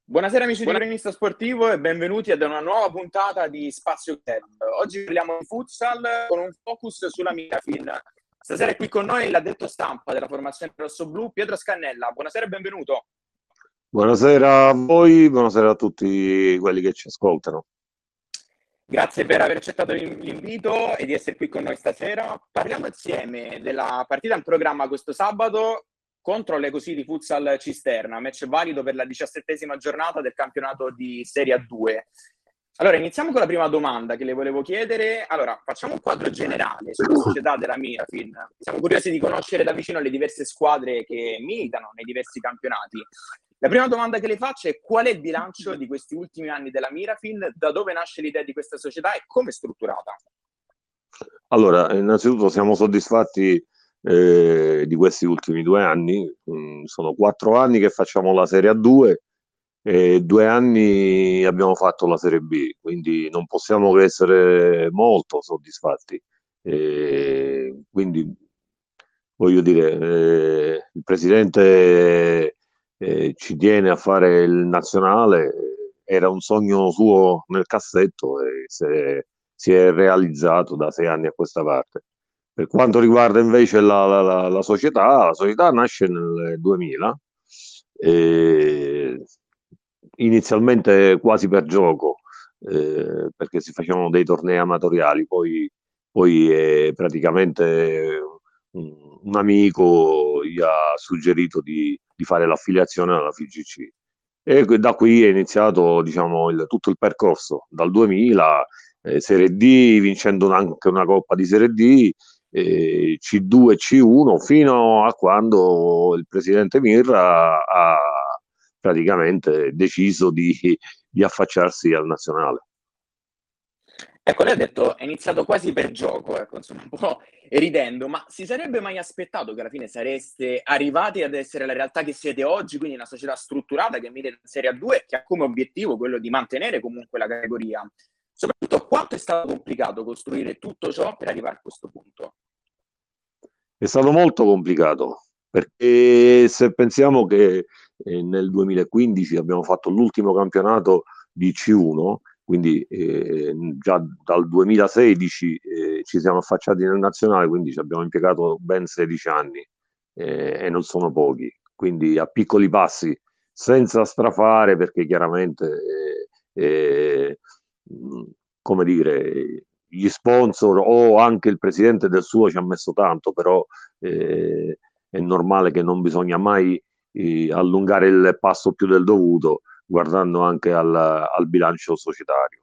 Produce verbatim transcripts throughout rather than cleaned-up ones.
Buonasera amici di Buona- Cronista Sportivo e benvenuti ad una nuova puntata di Spazio Club. Oggi parliamo di futsal con un focus sulla Mirafin. Stasera è qui con noi l'addetto stampa della formazione rossoblu, Pietro Scannella. Buonasera e benvenuto. Buonasera a voi, buonasera a tutti quelli che ci ascoltano. Grazie per aver accettato l'invito e di essere qui con noi stasera. Parliamo insieme della partita in programma questo sabato contro l'Ecosì di Futsal Cisterna, match valido per la diciassettesima giornata del campionato di Serie A due. Allora, iniziamo con la prima domanda che le volevo chiedere. Allora, facciamo un quadro generale sulla società della Mirafin. Siamo curiosi di conoscere da vicino le diverse squadre che militano nei diversi campionati. La prima domanda che le faccio è: qual è il bilancio di questi ultimi anni della Mirafin? Da dove nasce l'idea di questa società e come è strutturata? Allora, innanzitutto siamo soddisfatti eh, di questi ultimi due anni. Mm, sono quattro anni che facciamo la Serie A due e due anni abbiamo fatto la Serie B, quindi non possiamo che essere molto soddisfatti. E quindi voglio dire, eh, il presidente eh, ci tiene a fare il nazionale, era un sogno suo nel cassetto e si è, si è realizzato da sei anni a questa parte. Per quanto riguarda invece la, la- la- la società, la società nasce nel duemila, eh, inizialmente quasi per gioco, eh, perché si facevano dei tornei amatoriali, poi, poi eh, praticamente un, un amico gli ha suggerito di, di fare l'affiliazione alla F I G C. E da qui è iniziato, diciamo, il- tutto il percorso, dal duemila, eh, Serie D, vincendo anche una Coppa di Serie D, eh, C due e C uno, fino a quando il presidente Mirra ha praticamente deciso di, di affacciarsi al nazionale. Ecco, lei ha detto è iniziato quasi per gioco, ecco, insomma, un po' ridendo, ma si sarebbe mai aspettato che alla fine sareste arrivati ad essere la realtà che siete oggi, quindi una società strutturata che mira in Serie A due, che ha come obiettivo quello di mantenere comunque la categoria? Soprattutto quanto è stato complicato costruire tutto ciò per arrivare a questo punto? È stato molto complicato perché se pensiamo che eh, nel duemilaquindici abbiamo fatto l'ultimo campionato di C uno, quindi eh, già dal duemilasedici eh, ci siamo affacciati nel nazionale, quindi ci abbiamo impiegato ben sedici anni eh, e non sono pochi, quindi a piccoli passi, senza strafare, perché chiaramente eh, eh, come dire, gli sponsor o anche il presidente del suo ci ha messo tanto, però eh, è normale che non bisogna mai eh, allungare il passo più del dovuto, guardando anche al, al bilancio societario.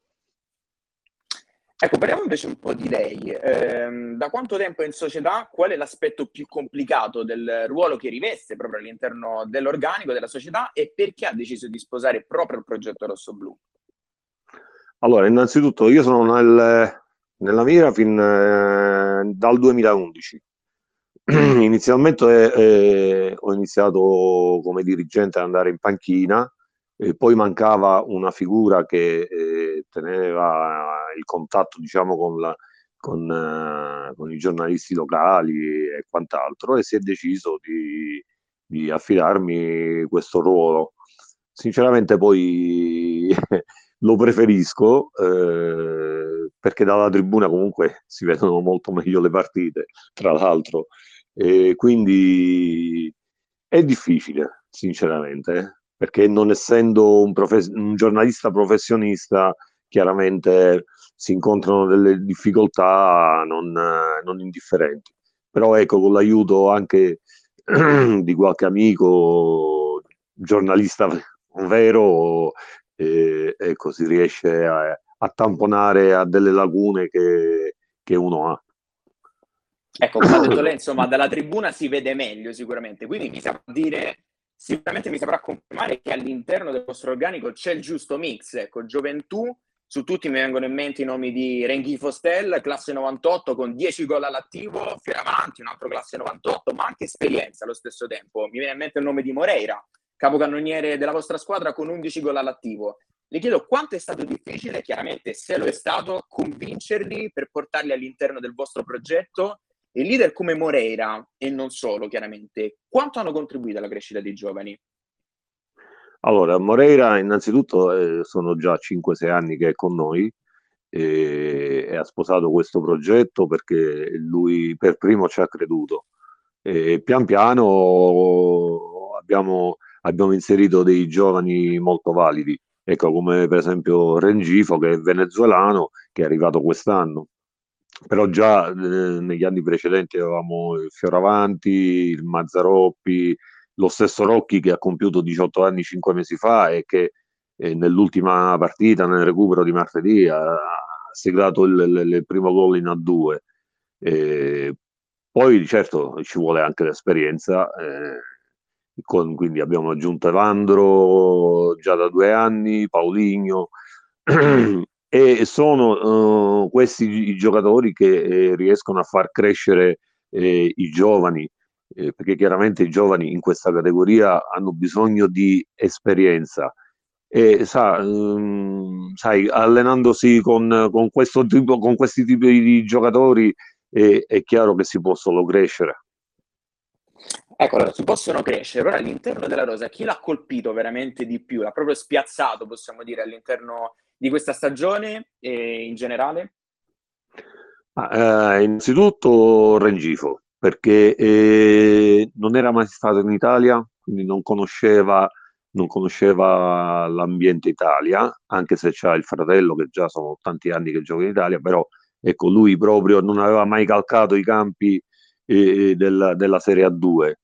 Ecco, parliamo invece un po' di lei. Ehm, da quanto tempo è in società? Qual è l'aspetto più complicato del ruolo che riveste proprio all'interno dell'organico della società e perché ha deciso di sposare proprio il progetto rossoblu? Allora, innanzitutto io sono nel, nella mira fin eh, dal duemilaundici. Inizialmente eh, ho iniziato come dirigente ad andare in panchina, e poi mancava una figura che eh, teneva il contatto, diciamo, con, la, con, eh, con i giornalisti locali e quant'altro, e si è deciso di, di affidarmi questo ruolo. Sinceramente poi lo preferisco eh, perché dalla tribuna comunque si vedono molto meglio le partite, tra l'altro. E quindi è difficile, sinceramente, eh, perché non essendo un, profe- un giornalista professionista, chiaramente si incontrano delle difficoltà non, eh, non indifferenti. Però ecco, con l'aiuto anche di qualche amico giornalista vero, eh, ecco, si riesce a, a tamponare a delle lacune che, che uno ha. Ecco, come ha detto lei, insomma, dalla tribuna si vede meglio sicuramente, quindi mi saprà dire, sicuramente mi saprà confermare che all'interno del vostro organico c'è il giusto mix, ecco, gioventù, su tutti mi vengono in mente i nomi di Renghi Fostel, classe novantotto con dieci gol all'attivo, Fioravanti, un altro classe novantotto, ma anche esperienza allo stesso tempo. Mi viene in mente il nome di Moreira, capocannoniere della vostra squadra con undici gol all'attivo. Le chiedo quanto è stato difficile, chiaramente se lo è stato, convincerli per portarli all'interno del vostro progetto e leader come Moreira, e non solo chiaramente, quanto hanno contribuito alla crescita dei giovani? Allora, Moreira innanzitutto eh, sono già cinque sei anni che è con noi e, e ha sposato questo progetto perché lui per primo ci ha creduto. E pian piano abbiamo, abbiamo inserito dei giovani molto validi, ecco come per esempio Rengifo che è venezuelano, che è arrivato quest'anno. Però già eh, negli anni precedenti avevamo il Fioravanti, il Mazzaroppi, lo stesso Rocchi che ha compiuto diciotto anni cinque mesi fa e che eh, nell'ultima partita, nel recupero di martedì, ha, ha siglato il, il- il primo gol in A due. Eh, Poi certo ci vuole anche l'esperienza, eh, con- quindi abbiamo aggiunto Evandro già da due anni, Paulinho, e sono eh, questi i giocatori che eh, riescono a far crescere eh, i giovani, eh, perché chiaramente i giovani in questa categoria hanno bisogno di esperienza. E sa, ehm, sai, allenandosi con, con questo tipo, con questi tipi di giocatori eh, è chiaro che si può solo crescere. Ecco, allora si possono crescere, però all'interno della rosa chi l'ha colpito veramente di più? L'ha proprio spiazzato, possiamo dire, all'interno di questa stagione e in generale? Ma, eh, innanzitutto Rengifo, perché eh, non era mai stato in Italia, quindi non conosceva, non conosceva l'ambiente Italia, anche se c'ha il fratello che già sono tanti anni che gioca in Italia, però ecco, lui proprio non aveva mai calcato i campi eh, della, della Serie A due,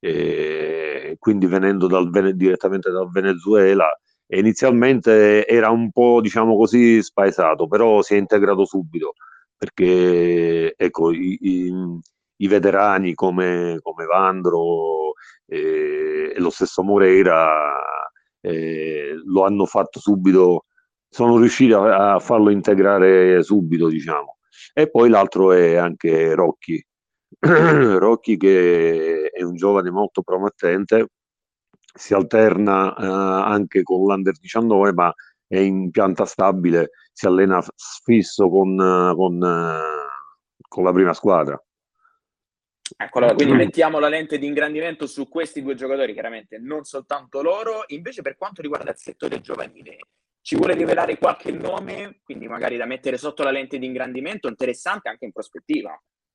eh, quindi venendo dal Vene- direttamente dal Venezuela, e inizialmente era un po', diciamo così, spaesato, però si è integrato subito perché ecco, i, i, i veterani come, come Vandro eh, e lo stesso Moreira eh, lo hanno fatto subito, sono riusciti a, a farlo integrare subito, diciamo. E poi l'altro è anche Rocchi, Rocchi che è un giovane molto promettente, si alterna eh, anche con l'Under diciannove, ma è in pianta stabile, si allena fisso con, eh, con, eh, con la prima squadra. Ecco, allora, quindi mettiamo la lente di ingrandimento su questi due giocatori, chiaramente non soltanto loro. Invece per quanto riguarda il settore giovanile, ci vuole rivelare qualche nome, quindi magari da mettere sotto la lente di ingrandimento, interessante anche in prospettiva.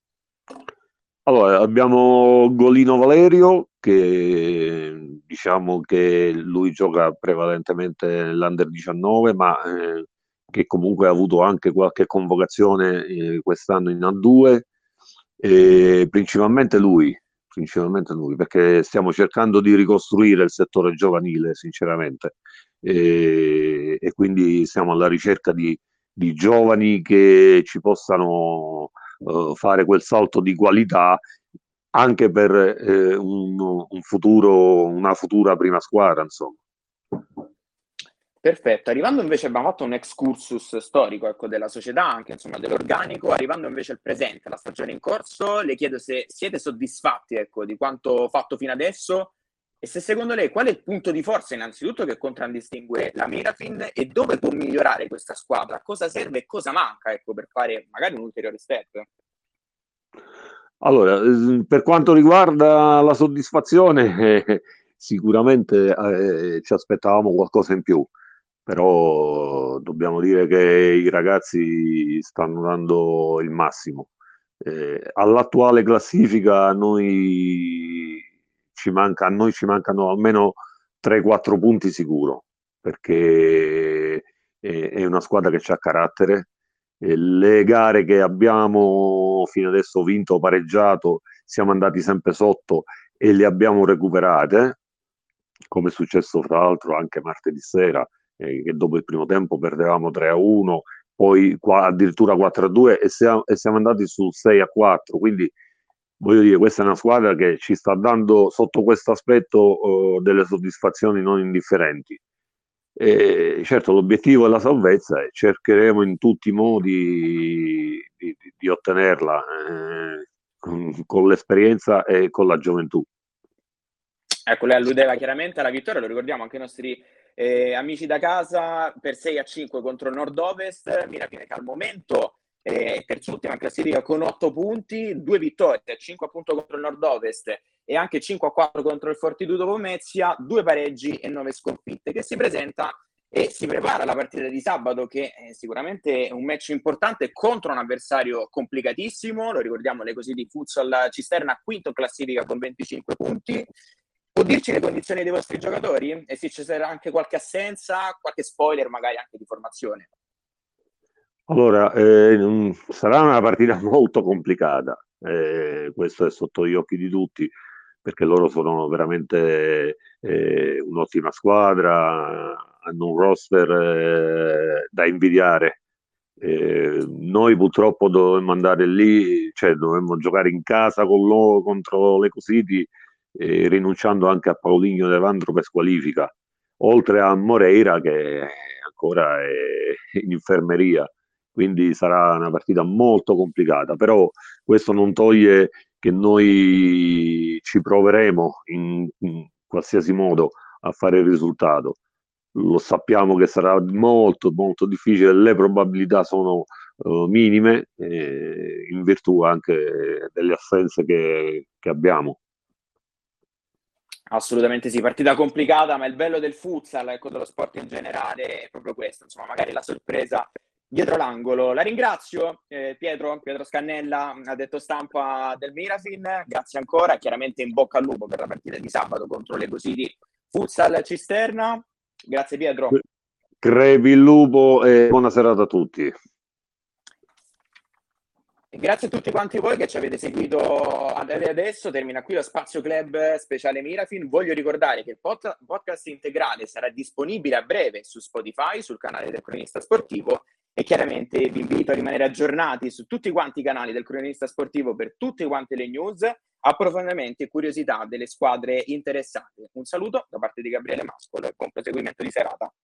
Allora, abbiamo Golino Valerio, che diciamo che lui gioca prevalentemente nell'Under diciannove, ma eh, che comunque ha avuto anche qualche convocazione eh, quest'anno in A due, e principalmente lui, principalmente lui, perché stiamo cercando di ricostruire il settore giovanile, sinceramente, e, e quindi siamo alla ricerca di, di giovani che ci possano eh, fare quel salto di qualità anche per eh, un, un futuro, una futura prima squadra, insomma. Perfetto, arrivando invece abbiamo fatto un excursus storico, ecco, della società, anche insomma dell'organico, arrivando invece al presente, alla stagione in corso, le chiedo se siete soddisfatti, ecco, di quanto fatto fino adesso e se secondo lei qual è il punto di forza innanzitutto che contraddistingue la Mirafin e dove può migliorare questa squadra, cosa serve e cosa manca, ecco, per fare magari un ulteriore step. Allora, eh, per quanto riguarda la soddisfazione, eh, sicuramente eh, ci aspettavamo qualcosa in più, però dobbiamo dire che i ragazzi stanno dando il massimo. Eh, all'attuale classifica noi ci manca, a noi ci mancano almeno tre quattro punti sicuro, perché è, è una squadra che ha carattere. Eh, le gare che abbiamo fino adesso vinto o pareggiato, siamo andati sempre sotto e le abbiamo recuperate, come è successo fra l'altro anche martedì sera, eh, che dopo il primo tempo perdevamo tre a uno, poi qua, addirittura quattro a due e siamo, e siamo andati sul sei a quattro, quindi voglio dire, questa è una squadra che ci sta dando sotto questo aspetto eh, delle soddisfazioni non indifferenti. E certo, l'obiettivo è la salvezza e cercheremo in tutti i modi di, di, di ottenerla eh, con, con l'esperienza e con la gioventù. Ecco, lei alludeva chiaramente alla vittoria, lo ricordiamo anche ai nostri eh, amici da casa per sei a cinque contro il Nord-Ovest, Mirafine che al momento è terzultima in classifica con otto punti, due vittorie, cinque appunto contro il Nord-Ovest e anche cinque a quattro contro il Fortitudo Pomezia, due pareggi e nove sconfitte, che si presenta e si prepara la partita di sabato, che è sicuramente un match importante contro un avversario complicatissimo. Lo ricordiamo, le così di Futsal Cisterna, quinto in classifica con venticinque punti. Può dirci le condizioni dei vostri giocatori? E se ci sarà anche qualche assenza, qualche spoiler magari anche di formazione? Allora, eh, sarà una partita molto complicata, eh, questo è sotto gli occhi di tutti, perché loro sono veramente eh, un'ottima squadra, hanno un roster eh, da invidiare. Eh, noi purtroppo dovevamo andare lì, cioè dovevamo giocare in casa con loro contro le Cositi, eh, rinunciando anche a Paulinho De Vandro per squalifica, oltre a Moreira che ancora è in infermeria. Quindi sarà una partita molto complicata, però questo non toglie che noi ci proveremo in, in qualsiasi modo a fare il risultato. Lo sappiamo che sarà molto molto difficile, le probabilità sono uh, minime eh, in virtù anche delle assenze che, che abbiamo. Assolutamente sì, partita complicata, ma il bello del futsal, ecco, dello sport in generale è proprio questo, insomma, magari la sorpresa dietro l'angolo. La ringrazio, eh, Pietro, Pietro Scannella, addetto stampa del Mirafin, grazie ancora, chiaramente in bocca al lupo per la partita di sabato contro le così di Futsal Cisterna. Grazie Pietro. Crepi il lupo e buona serata a tutti. Grazie a tutti quanti voi che ci avete seguito adesso. Termina qui lo Spazio Club speciale Mirafin. Voglio ricordare che il pod- podcast integrale sarà disponibile a breve su Spotify, sul canale del Cronista Sportivo, e chiaramente vi invito a rimanere aggiornati su tutti quanti i canali del Cronista Sportivo per tutte quante le news, approfondimenti e curiosità delle squadre interessate. Un saluto da parte di Gabriele Mascolo e buon proseguimento di serata.